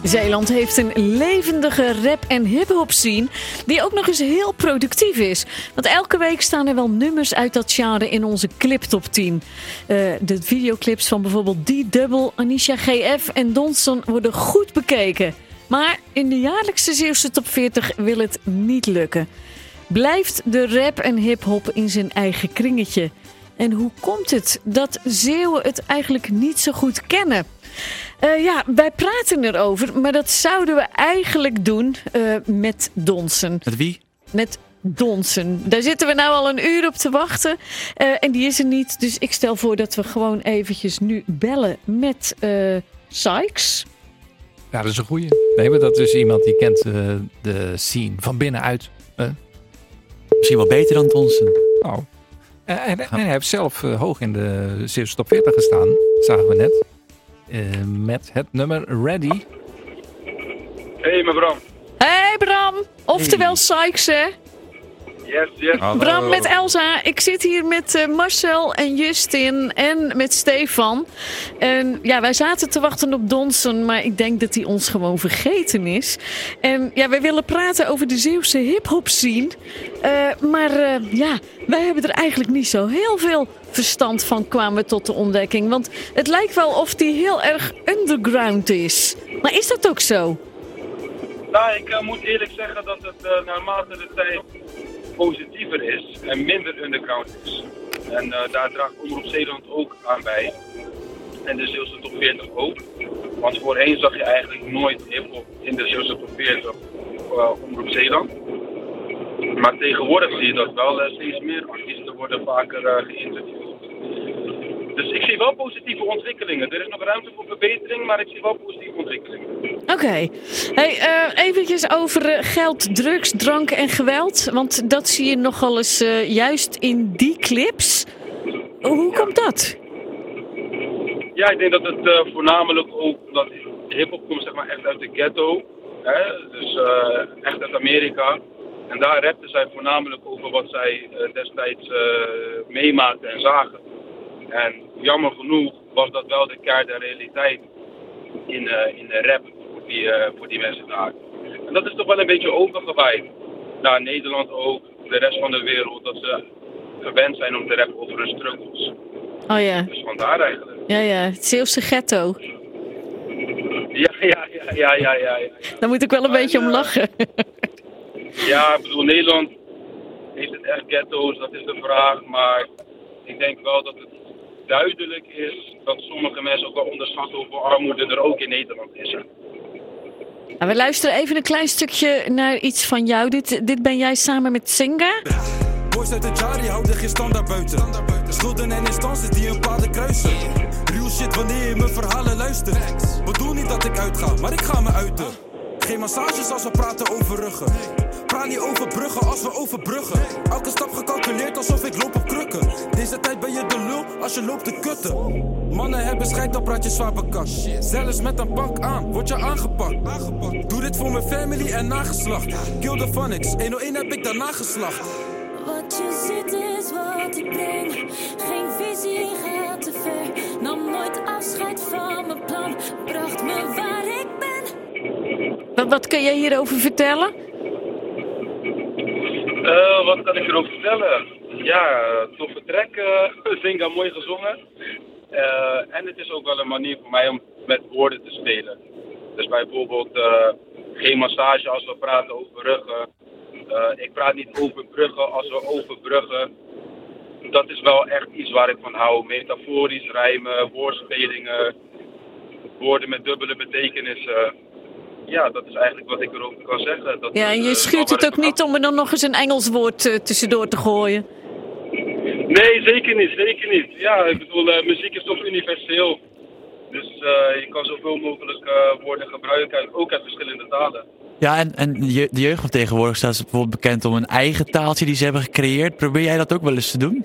Zeeland heeft een levendige rap- en hip-hop scene die ook nog eens heel productief is. Want elke week staan er wel nummers uit dat genre in onze cliptop 10. De videoclips van bijvoorbeeld D-Double, Anisha GF en Donson worden goed bekeken. Maar in de jaarlijkse Zeeuwse top 40 wil het niet lukken. Blijft de rap en hip-hop in zijn eigen kringetje? En hoe komt het dat Zeeuwen het eigenlijk niet zo goed kennen? Wij praten erover, maar dat zouden we eigenlijk doen met Donson. Met wie? Met Donson. Daar zitten we nou al een uur op te wachten. En die is er niet. Dus ik stel voor dat we gewoon eventjes nu bellen met Sykes. Ja, dat is een goeie. Nee, maar dat is iemand die kent de scene van binnenuit. Misschien wel beter dan Donson. Oh. En hij heeft zelf hoog in de Zeeuwse top 40 gestaan. Zagen we net. Met het nummer Ready. Hey, mijn Bram. Hey Bram, oftewel Sykes hè? Yes. Bram met Elsa. Ik zit hier met Marcel en Justin en met Stefan. En ja, wij zaten te wachten op Donson, maar ik denk dat hij ons gewoon vergeten is. En ja, wij willen praten over de Zeeuwse hip-hop scene. Maar wij hebben er eigenlijk niet zo heel veel verstand van, kwamen we tot de ontdekking. Want het lijkt wel of die heel erg underground is. Maar is dat ook zo? Nou, ik moet eerlijk zeggen dat het naarmate de tijd positiever is en minder underground is. En daar draagt Omroep Zeeland ook aan bij. En de Zeeuwse top 40 ook. Want voorheen zag je eigenlijk nooit hiphop in de Zeeuwse top 40 Omroep Zeeland. Maar tegenwoordig zie je dat wel. Steeds meer artiesten worden vaker geïnterviewd. Dus ik zie wel positieve ontwikkelingen. Er is nog ruimte voor verbetering, maar ik zie wel positieve ontwikkelingen. Oké. Hey, eventjes over geld, drugs, drank en geweld. Want dat zie je nogal eens juist in die clips. Hoe komt dat? Ja, ik denk dat het voornamelijk ook, dat hiphop komt zeg maar echt uit de ghetto. Hè? Dus echt uit Amerika. En daar rapten zij voornamelijk over wat zij destijds meemaakten en zagen. En jammer genoeg was dat wel de keiharde realiteit in de rap voor die mensen daar. En dat is toch wel een beetje overgewaaid naar Nederland ook, de rest van de wereld, dat ze gewend zijn om te rappen over hun struggles. Oh ja. Dus vandaar eigenlijk. Ja, het Zeeuwse ghetto. Ja. Daar moet ik wel een beetje om lachen. Ja, ik bedoel, Nederland heeft het echt ghetto's, dat is de vraag. Maar ik denk wel dat het duidelijk is dat sommige mensen ook wel onderschatten hoeveel armoede er ook in Nederland is. We luisteren even een klein stukje naar iets van jou. Dit ben jij samen met Singa. Boys uit het jaar, die houden geen standaard buiten. Schulden en instanties die hun paden kruisen. Real shit wanneer je mijn verhalen luistert. Bedoel niet dat ik uitga, maar ik ga me uiten. Geen massages als we praten over ruggen. Praat niet over bruggen als we overbruggen. Elke stap gecalculeerd alsof ik loop op krukken. Deze tijd ben je de lul als je loopt te kutten. Mannen hebben scheid, dan praat je zwaar bekast. Zelfs met een pak aan, word je aangepakt. Doe dit voor mijn family en nageslacht. Kill the phonics, 101 heb ik daarna geslacht. Wat je ziet is wat ik breng. Geen visie gaat te ver. Nam nooit afscheid van mijn plan. Bracht me waar ik ben. Wat kun jij hierover vertellen? Wat kan ik erover vertellen? Ja, toffe track. Zinga mooi gezongen. En het is ook wel een manier voor mij om met woorden te spelen. Dus bijvoorbeeld geen massage als we praten over ruggen. Ik praat niet over bruggen als we overbruggen. Dat is wel echt iets waar ik van hou. Metaforisch rijmen, woordspelingen, woorden met dubbele betekenissen. Ja, dat is eigenlijk wat ik erover kan zeggen. Dat ja, en je schuurt het ook niet om er dan nog eens een Engels woord tussendoor te gooien? Nee, zeker niet. Ja, ik bedoel, muziek is toch universeel. Dus je kan zoveel mogelijk woorden gebruiken, ook uit verschillende talen. Ja, en de jeugd van tegenwoordig staat ze bijvoorbeeld bekend om een eigen taaltje die ze hebben gecreëerd. Probeer jij dat ook wel eens te doen?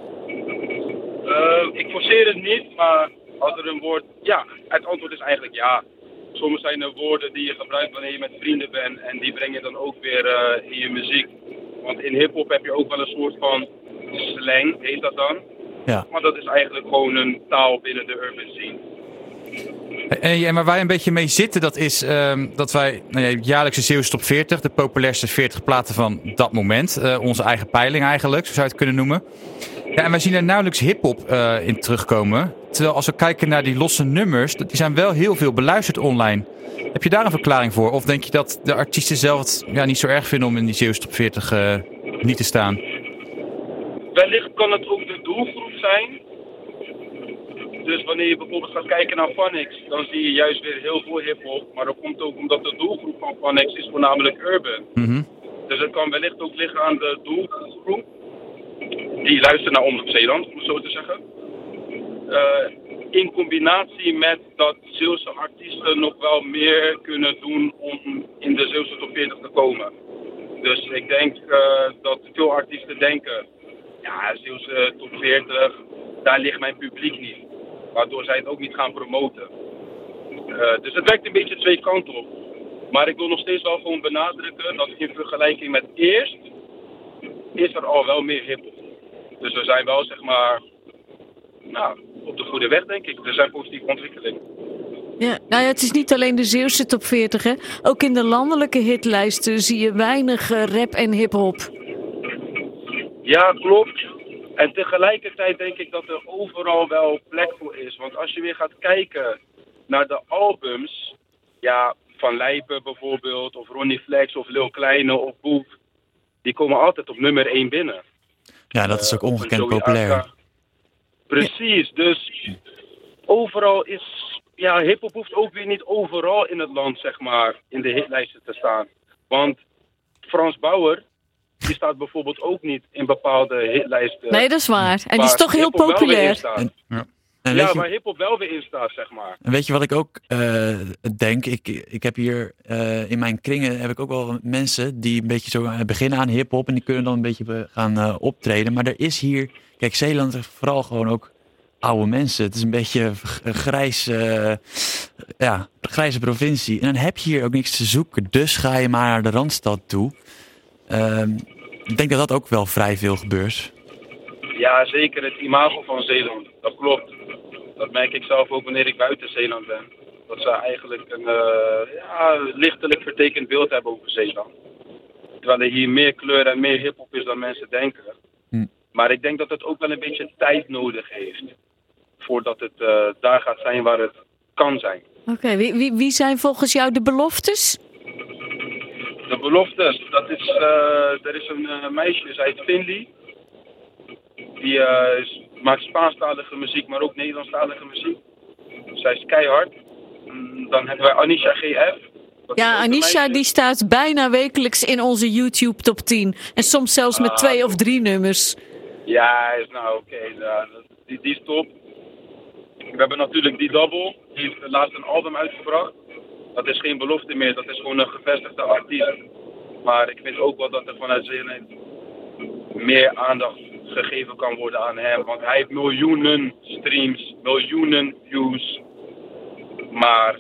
Ik forceer het niet, maar als er een woord... Ja, het antwoord is eigenlijk ja. Soms zijn er woorden die je gebruikt wanneer je met vrienden bent en die breng je dan ook weer in je muziek. Want in hiphop heb je ook wel een soort van slang, heet dat dan. Ja. Maar dat is eigenlijk gewoon een taal binnen de urban scene. Maar waar we een beetje mee zitten, dat is dat wij jaarlijks de Zeeuwse Top 40, de populairste 40 platen van dat moment. Onze eigen peiling eigenlijk, zo zou je het kunnen noemen. Ja, en wij zien er nauwelijks hiphop in terugkomen. Terwijl als we kijken naar die losse nummers, die zijn wel heel veel beluisterd online. Heb je daar een verklaring voor? Of denk je dat de artiesten zelf het niet zo erg vinden om in die Zeeuwse Top 40 niet te staan? Wellicht kan het ook de doelgroep zijn. Dus wanneer je bijvoorbeeld gaat kijken naar Phonics, dan zie je juist weer heel veel hiphop. Maar dat komt ook omdat de doelgroep van Phonics is voornamelijk urban. Mm-hmm. Dus het kan wellicht ook liggen aan de doelgroep. Die luistert naar Omroep Zeeland, om het zo te zeggen. In combinatie met dat Zeeuwse artiesten nog wel meer kunnen doen om in de Zeeuwse Top 40 te komen. Dus ik denk dat veel artiesten denken, ja, Zeeuwse Top 40, daar ligt mijn publiek niet. Waardoor zij het ook niet gaan promoten. Dus het werkt een beetje twee kanten op. Maar ik wil nog steeds wel gewoon benadrukken dat in vergelijking met eerst, is er al wel meer hiphop. Dus we zijn wel, zeg maar, op de goede weg, denk ik. Er zijn positieve ontwikkelingen. Ja, nou ja, het is niet alleen de Zeeuwse Top 40, hè. Ook in de landelijke hitlijsten zie je weinig rap en hiphop. Ja, klopt. En tegelijkertijd denk ik dat er overal wel plek voor is. Want als je weer gaat kijken naar de albums, ja, van Lijpen bijvoorbeeld, of Ronnie Flex, of Lil Kleine, of Boef, die komen altijd op nummer 1 binnen. Ja, dat is ook ongekend populair. Precies, dus overal is, ja, hiphop hoeft ook weer niet overal in het land, zeg maar, in de hitlijsten te staan. Want Frans Bauer, die staat bijvoorbeeld ook niet in bepaalde hitlijsten. Nee, dat is waar. En die is toch heel populair. Waar hiphop wel weer in staat, zeg maar. En weet je wat ik ook denk? Ik heb hier in mijn kringen heb ik ook wel mensen die een beetje zo beginnen aan hiphop en die kunnen dan een beetje gaan optreden. Maar er is hier, kijk, Zeeland is vooral gewoon ook oude mensen. Het is een beetje een grijze provincie. En dan heb je hier ook niks te zoeken. Dus ga je maar naar de Randstad toe. Ik denk dat dat ook wel vrij veel gebeurt. Ja, zeker. Het imago van Zeeland. Dat klopt. Dat merk ik zelf ook wanneer ik buiten Zeeland ben. Dat ze eigenlijk een lichtelijk vertekend beeld hebben over Zeeland. Terwijl er hier meer kleur en meer hiphop is dan mensen denken. Maar ik denk dat het ook wel een beetje tijd nodig heeft. Voordat het daar gaat zijn waar het kan zijn. Oké, wie zijn volgens jou de beloftes? De beloftes, dat is, er is een meisje, zij heet Finley. Die maakt Spaanstalige muziek, maar ook Nederlandstalige muziek. Zij is keihard. Dan hebben wij Anisha GF. Ja, Anisha die staat bijna wekelijks in onze YouTube top 10. En soms zelfs met 2 of 3 nummers. Ja, oké. Die is top. We hebben natuurlijk die Double. Die heeft laatst een album uitgebracht. Dat is geen belofte meer, dat is gewoon een gevestigde artiest. Maar ik vind ook wel dat er vanuit Zeeland meer aandacht gegeven kan worden aan hem. Want hij heeft miljoenen streams, miljoenen views. Maar...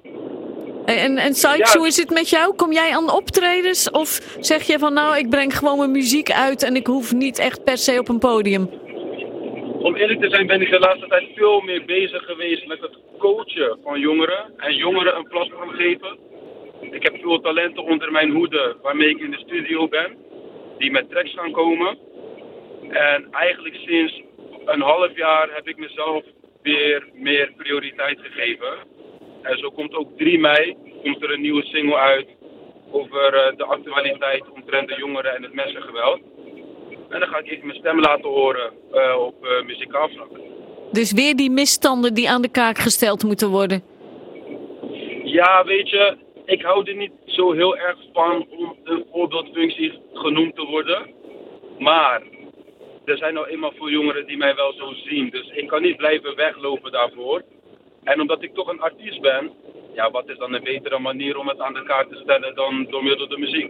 En Sykes, hoe is het met jou? Kom jij aan optredens? Of zeg je van nou, ik breng gewoon mijn muziek uit en ik hoef niet echt per se op een podium? Om eerlijk te zijn ben ik de laatste tijd veel meer bezig geweest met het coachen van jongeren. En jongeren een platform geven. Ik heb veel talenten onder mijn hoede waarmee ik in de studio ben. Die met tracks gaan komen. En eigenlijk sinds een half jaar heb ik mezelf weer meer prioriteit gegeven. En zo komt ook 3 mei komt er een nieuwe single uit over de actualiteit omtrent de jongeren en het messengeweld. En dan ga ik even mijn stem laten horen op muzikaal vlak. Dus weer die misstanden die aan de kaak gesteld moeten worden? Ja, weet je, ik hou er niet zo heel erg van om een voorbeeldfunctie genoemd te worden. Maar er zijn nou eenmaal veel jongeren die mij wel zo zien. Dus ik kan niet blijven weglopen daarvoor. En omdat ik toch een artiest ben, ja, wat is dan een betere manier om het aan de kaart te stellen dan door middel de muziek?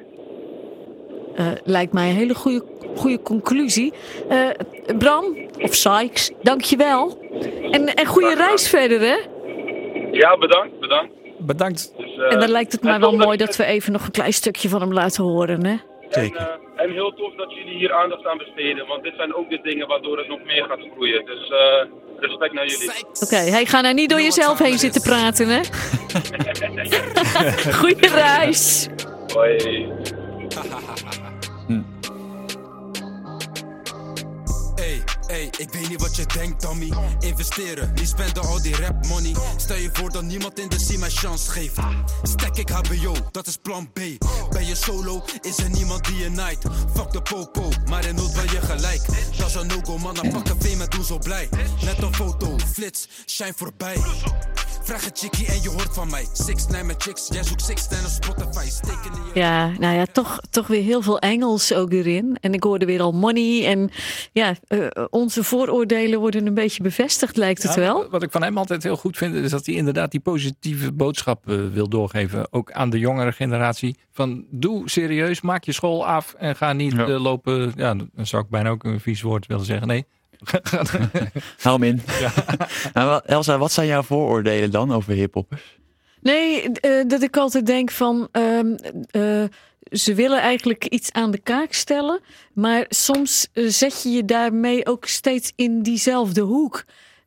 Lijkt mij een hele goede conclusie. Bram, of Sykes, dankjewel. En goede reis verder, hè? Ja, bedankt. Dus, en dan lijkt het mij wel mooi dat we even nog een klein stukje van hem laten horen, hè? Zeker. En heel tof dat jullie hier aandacht aan besteden. Want dit zijn ook de dingen waardoor het nog meer gaat groeien. Dus Respect naar jullie. Oké, hey, ga nou niet door jezelf heen zitten praten, hè? Goeie reis. Hoi. Hey, ik weet niet wat je denkt, Tommy. Investeren, niet spenden al die rap money. Stel je voor dat niemand in de scene mij chance geeft. Stek ik HBO, dat is plan B. Ben je solo, is er niemand die je night. Fuck de popo, maar in nood ben je gelijk. Dat is een no-go, man, dan pak een fame en doe zo blij. Net een foto, flits, shine voorbij. Vraag een chickie en je hoort van mij. 6ix9ine met chicks, jij zoekt 6ix9ine op Spotify. Steken in je... Ja, nou ja, toch weer heel veel Engels ook erin. En ik hoorde weer al money. En ja, onze vooroordelen worden een beetje bevestigd, lijkt het wel. Wat ik van hem altijd heel goed vind, is dat hij inderdaad die positieve boodschap wil doorgeven. Ook aan de jongere generatie. Van doe serieus, maak je school af en ga niet lopen. Ja, dan zou ik bijna ook een vies woord willen zeggen. Nee. Hou hem in. Ja. Nou, Elsa, wat zijn jouw vooroordelen dan over hiphoppers? Nee, dat ik altijd denk van... ze willen eigenlijk iets aan de kaak stellen. Maar soms zet je je daarmee ook steeds in diezelfde hoek.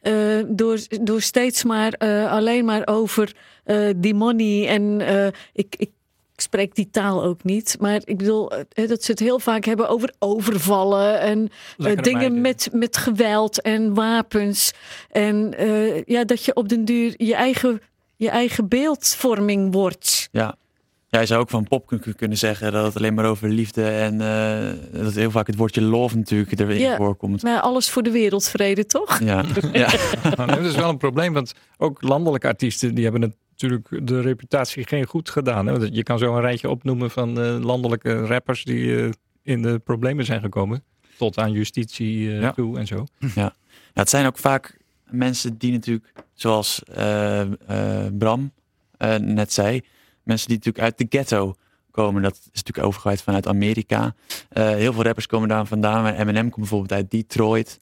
Door steeds maar alleen maar over die money. En ik spreek die taal ook niet. Maar ik bedoel dat ze het heel vaak hebben over overvallen. En dingen met geweld en wapens. En dat je op den duur je eigen beeldvorming wordt. Ja. Jij zou ook van pop kunnen zeggen dat het alleen maar over liefde en dat heel vaak het woordje love natuurlijk erin voorkomt. Maar alles voor de wereldvrede, toch? Ja. Ja. Dat is wel een probleem, want ook landelijke artiesten die hebben natuurlijk de reputatie geen goed gedaan. Hè? Want je kan zo een rijtje opnoemen van landelijke rappers die in de problemen zijn gekomen. Tot aan justitie toe en zo. Ja, het zijn ook vaak mensen die natuurlijk, zoals Bram net zei, mensen die natuurlijk uit de ghetto komen. Dat is natuurlijk overgewaaid vanuit Amerika. Heel veel rappers komen daar vandaan. Eminem komt bijvoorbeeld uit Detroit.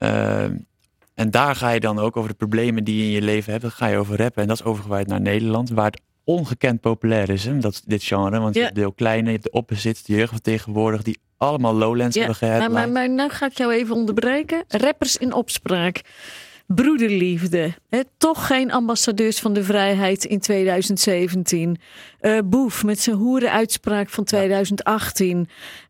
En daar ga je dan ook over de problemen die je in je leven hebt. Daar ga je over rappen. En dat is overgewaaid naar Nederland. Waar het ongekend populair is. Hè? Dat is dit genre. Want je hebt de heel kleine, je hebt de opposite, de jeugd van tegenwoordig. Die allemaal Lowlands hebben gehad. Maar nou ga ik jou even onderbreken. Rappers in opspraak. Broederliefde. Toch geen ambassadeurs van de vrijheid in 2017. Boef met zijn hoerenuitspraak van 2018.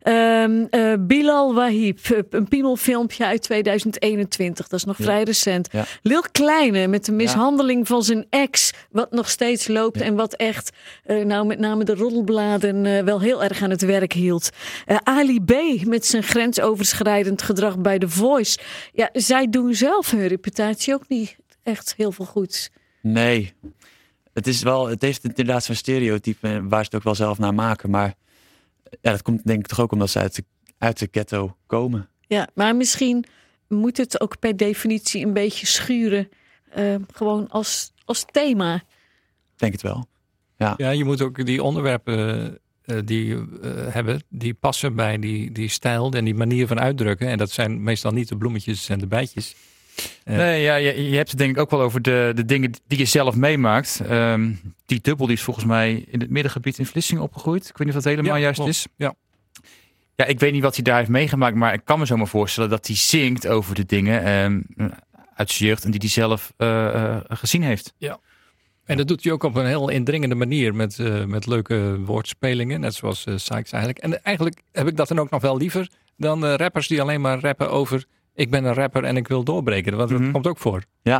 Bilal Wahib, een piemelfilmpje uit 2021. Dat is nog vrij recent. Ja. Lil Kleine met de mishandeling van zijn ex. Wat nog steeds loopt en wat echt met name de roddelbladen wel heel erg aan het werk hield. Ali B met zijn grensoverschrijdend gedrag bij The Voice. Ja, zij doen zelf hun reputatie ook niet echt heel veel goeds. Nee. Het heeft inderdaad zo'n stereotype waar ze het ook wel zelf naar maken. Maar ja, dat komt denk ik toch ook omdat ze uit de ghetto komen. Ja, maar misschien moet het ook per definitie een beetje schuren. Gewoon als thema. Denk het wel. Ja, je moet ook die onderwerpen die hebben, die passen bij die stijl en die manier van uitdrukken. En dat zijn meestal niet de bloemetjes en de bijtjes. Nee, ja, je hebt het denk ik ook wel over de dingen die je zelf meemaakt. Die dubbel die is volgens mij in het middengebied in Vlissingen opgegroeid. Ik weet niet of dat helemaal juist is. Ja. Ja, ik weet niet wat hij daar heeft meegemaakt, maar ik kan me zo maar voorstellen dat hij zingt over de dingen uit zijn jeugd en die hij zelf gezien heeft. Ja. En dat doet hij ook op een heel indringende manier met leuke woordspelingen, net zoals Sykes eigenlijk. En eigenlijk heb ik dat dan ook nog wel liever dan rappers die alleen maar rappen over ik ben een rapper en ik wil doorbreken. Want dat komt ook voor. Ja.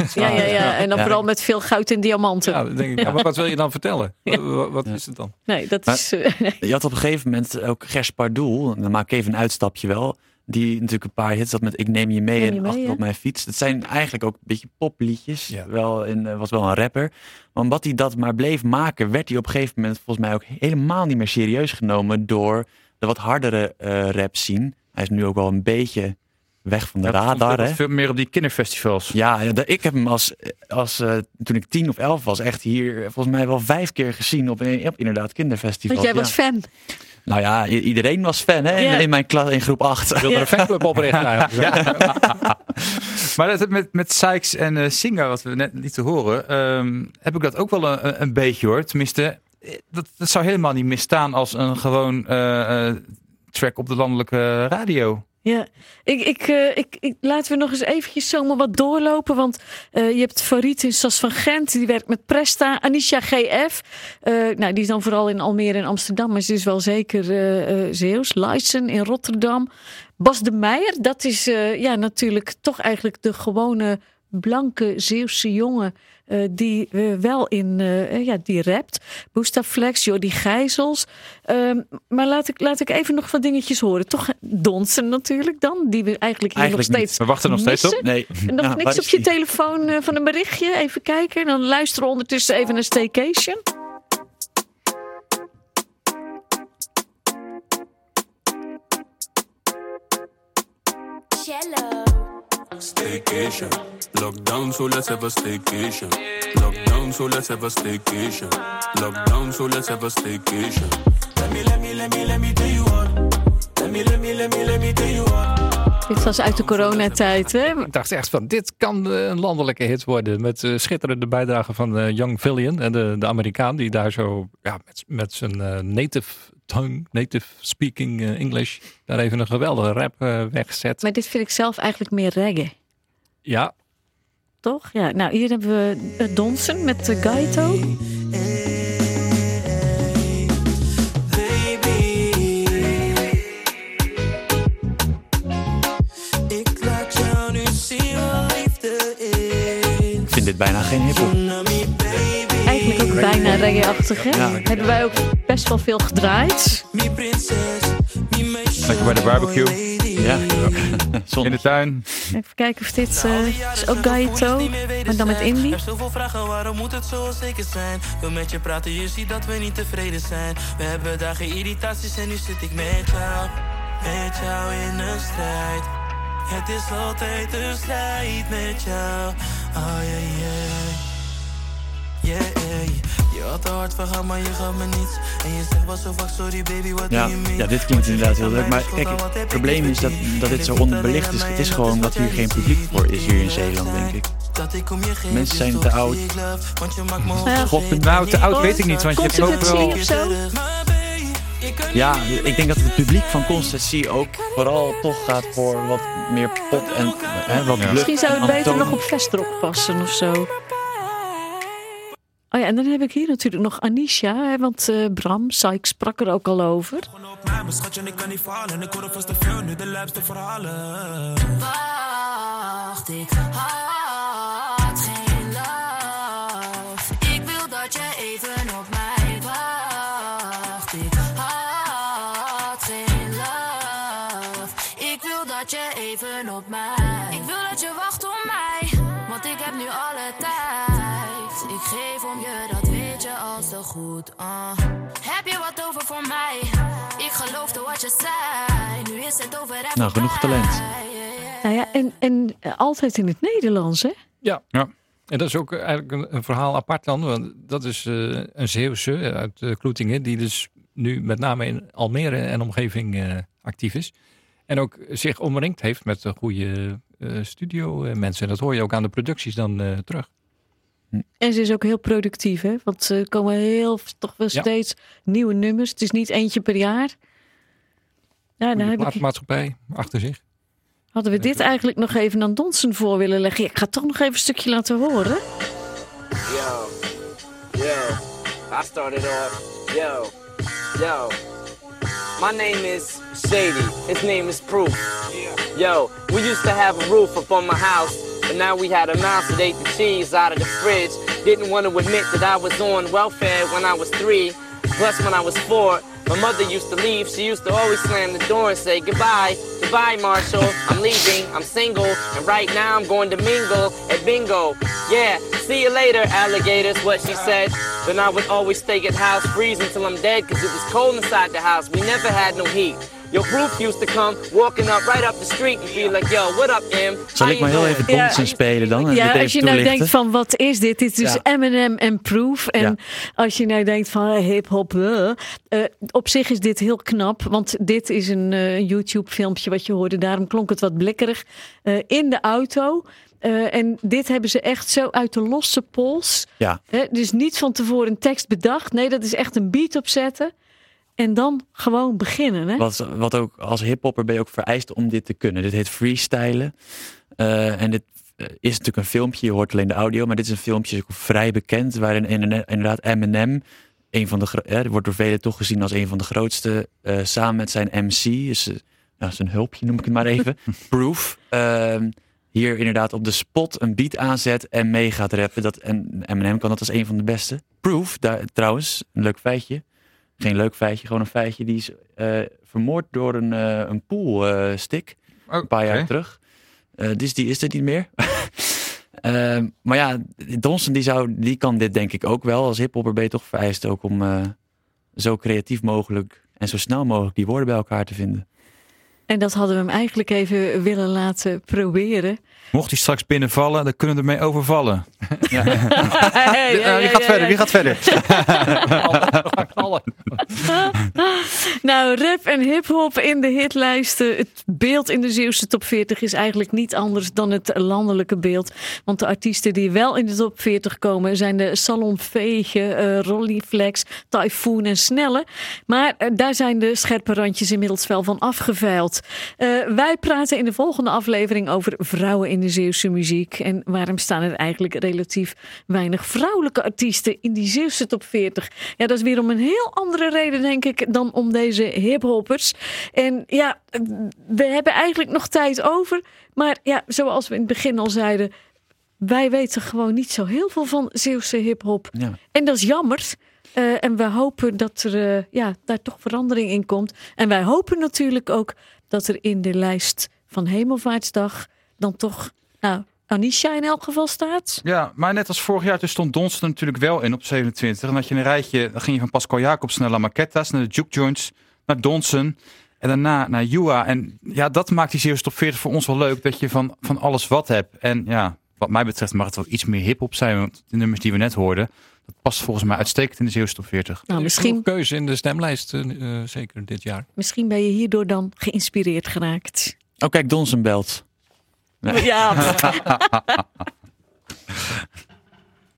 En dan vooral met veel goud en diamanten. Ja, dan denk ik, maar wat wil je dan vertellen? Wat is het dan? Nee, dat is... Je had op een gegeven moment ook Gers Pardoel. Dan maak ik even een uitstapje wel. Die natuurlijk een paar hits had met Ik neem je mee en Achter op mijn fiets. Dat zijn eigenlijk ook een beetje popliedjes. Ja. Was wel een rapper. Maar omdat hij dat maar bleef maken, werd hij op een gegeven moment volgens mij ook helemaal niet meer serieus genomen door de wat hardere rap scene. Hij is nu ook wel een beetje weg van de radar. Hè? Veel meer op die kinderfestivals. Ja, ik heb hem toen ik 10 of 11 was, echt hier volgens mij wel 5 keer gezien op inderdaad kinderfestivals. Want jij was fan. Nou ja, iedereen was fan hè? In mijn klas in groep 8. Je wilde er een fanclub oprichten. Maar met Sykes en Singer, wat we net lieten horen, heb ik dat ook wel een beetje hoor. Tenminste, dat zou helemaal niet misstaan als een gewoon track op de landelijke radio. Ja, laten we nog eens eventjes zomaar wat doorlopen. Want je hebt Farid in Sas van Gent. Die werkt met Presta. Anisha GF. Die is dan vooral in Almere en Amsterdam. Maar ze is wel zeker Zeeuws. Lysen in Rotterdam. Bas de Meijer. Dat is natuurlijk toch eigenlijk de gewone blanke Zeeuwse jongen. Die wel die rapt. Boostaflex, Jordi Gijzels. Maar laat ik even nog wat dingetjes horen. Toch Donsen natuurlijk dan. Die we eigenlijk nog steeds We wachten nog steeds op. Nee. Nog niks op je telefoon van een berichtje. Even kijken. Dan luisteren we ondertussen even naar Staycation. Staycation. Lockdown, so let's have a staycation. Lockdown, so let's have a staycation. Lockdown, so let's have a staycation. Let me tell you what. Let me tell you what. Dit was uit de coronatijd, hè? Ik dacht echt van, dit kan een landelijke hit worden. Met schitterende bijdrage van Young Villian. En de Amerikaan die daar zo met zijn native speaking English daar even een geweldige rap wegzet. Maar dit vind ik zelf eigenlijk meer reggae. Ja. Toch? Ja, nou hier hebben we Donsen met Gaito. Ik vind dit bijna geen hiphop. Eigenlijk ook bijna reggae-achtig, hè? Ja. Hebben wij ook best wel veel gedraaid. Lekker bij de barbecue. Ja. In de tuin. Even kijken of dit is ook Gaito, maar dan met indie. Ik heb zoveel vragen, waarom moet het zo zeker zijn? Wil met je praten, je ziet dat we niet tevreden zijn. We hebben dagen irritaties en nu zit ik met jou in een strijd. Het is altijd een strijd met jou. Oh yeah. Je had een hart vergaan, maar je gaf me niets. En je zegt wel zo vaak sorry baby, wat doe je mee? Ja, dit klinkt inderdaad heel leuk. Maar kijk, het probleem is dat dit zo onderbelicht is. Het is gewoon dat hier geen publiek voor is hier in Zeeland, denk ik. Mensen zijn te oud. Nou, te oud weet ik niet, want je hebt ook wel... Constitutie of zo? Ja, ik denk dat het publiek van Constantie ook vooral toch gaat voor wat meer pop en wat bluff. Misschien zou het en beter toon. nog op festrock passen of zo. Oh ja, en dan heb ik hier natuurlijk nog Anisha, hè, want Bram Sykes sprak er ook al over. Mijn schatje, ik kan niet falen. Ik hoor vast te veel, nu de lijpste verhalen. Wacht, ik had geen love. Ik wil dat je even op mij wacht. Ik had geen love. Ik wil dat je even op mij. Ik wil dat je wacht op mij, want ik heb nu alle tijd. Ik geef om je, dat weet je al zo goed. Heb je wat over voor mij? Ik geloofde wat je zei. Nu is het over. Nou, genoeg talent. Nou ja, en altijd in het Nederlands, hè? Ja. En dat is ook eigenlijk een verhaal apart dan. Want dat is een Zeeuwse uit Kloetingen. Die dus nu met name in Almere en omgeving actief is. En ook zich omringd heeft met goede studio mensen. En dat hoor je ook aan de producties dan terug. En ze is ook heel productief, hè? Want er komen toch wel steeds nieuwe nummers. Het is niet eentje per jaar. Ja, dan platenmaatschappij achter zich. Hadden we dit eigenlijk nog even aan Donsen voor willen leggen. Ja, ik ga toch nog even een stukje laten horen. Yo, I started off, yo. My name is Shady, his name is Proof. Yo, we used to have a roof up on my house, but now we had a mouse that ate the cheese out of the fridge. Didn't want to admit that I was on welfare when I was 3, plus when I was 4. My mother used to leave, she used to always slam the door and say, goodbye, Marshall, I'm leaving, I'm single, and right now I'm going to mingle at bingo. Yeah, see you later, alligators, what she said. Then I would always stay at house, freeze until I'm dead, cause it was cold inside the house, we never had no heat. Your proof used to come, walking up right up the street and be like, yo, what up, Em? Zal ik maar heel even Donsen spelen dan? En Ja, dit als je even nou toelichten? denkt van, wat is dit? Dit is dus Eminem en Proof. En als je nou denkt van hip-hop, op zich is dit heel knap. Want dit is een YouTube-filmpje wat je hoorde. Daarom klonk het wat blikkerig in de auto. En dit hebben ze echt zo uit de losse pols. Ja. Dus niet van tevoren een tekst bedacht. Nee, dat is echt een beat opzetten. En dan gewoon beginnen. Hè? Wat ook als hiphopper ben je ook vereist om dit te kunnen. Dit heet freestylen. En dit is natuurlijk een filmpje. Je hoort alleen de audio. Maar dit is een filmpje ook vrij bekend. Waarin inderdaad Eminem... wordt door velen toch gezien als een van de grootste. Samen met zijn MC. Zijn hulpje noem ik het maar even. Proof. Hier inderdaad op de spot een beat aanzet en mee gaat rappen. En Eminem kan dat als een van de beste. Proof, trouwens, een leuk feitje. Geen leuk feitje, gewoon een feitje. Die is vermoord door een poolstick. Een paar jaar terug. Dus die is er niet meer. Maar ja, Donson die kan dit denk ik ook wel. Als hiphopper ben je toch vereist ook om zo creatief mogelijk en zo snel mogelijk die woorden bij elkaar te vinden. En dat hadden we hem eigenlijk even willen laten proberen. Mocht hij straks binnenvallen, dan kunnen we ermee overvallen. Ja. Wie gaat verder? Nou, rap en hiphop in de hitlijsten. Het beeld in de Zeeuwse top 40 is eigenlijk niet anders dan het landelijke beeld. Want de artiesten die wel in de top 40 komen zijn de Salonveege, Rollyflex, Typhoon en Snelle. Maar daar zijn de scherpe randjes inmiddels wel van afgeveild. Wij praten in de volgende aflevering over vrouwen in de Zeeuwse muziek. En waarom staan er eigenlijk relatief weinig vrouwelijke artiesten in die Zeeuwse top 40? Ja, dat is weer om een heel andere reden, denk ik, dan om deze hiphoppers. En ja, we hebben eigenlijk nog tijd over. Maar ja, zoals we in het begin al zeiden, wij weten gewoon niet zo heel veel van Zeeuwse hiphop. Ja. En dat is jammer. En we hopen dat er daar toch verandering in komt. En wij hopen natuurlijk ook dat er in de lijst van Hemelvaartsdag dan toch Anisha in elk geval staat. Ja, maar net als vorig jaar dus stond Donson er natuurlijk wel in op 27. En had je een rijtje, dan ging je van Pascal Jacobs naar La Maquetta's, naar de Juke Joints, naar Donson en daarna naar Jua. En ja, dat maakt die Zeeuwse top 40 voor ons wel leuk, dat je van alles wat hebt. En ja, wat mij betreft mag het wel iets meer hip-hop zijn, want de nummers die we net hoorden, dat past volgens mij uitstekend in de Zeeuwse top 40. Nou, misschien keuze in de stemlijst, zeker dit jaar. Misschien ben je hierdoor dan geïnspireerd geraakt. Oh, kijk, Donson belt. Nee. Ja.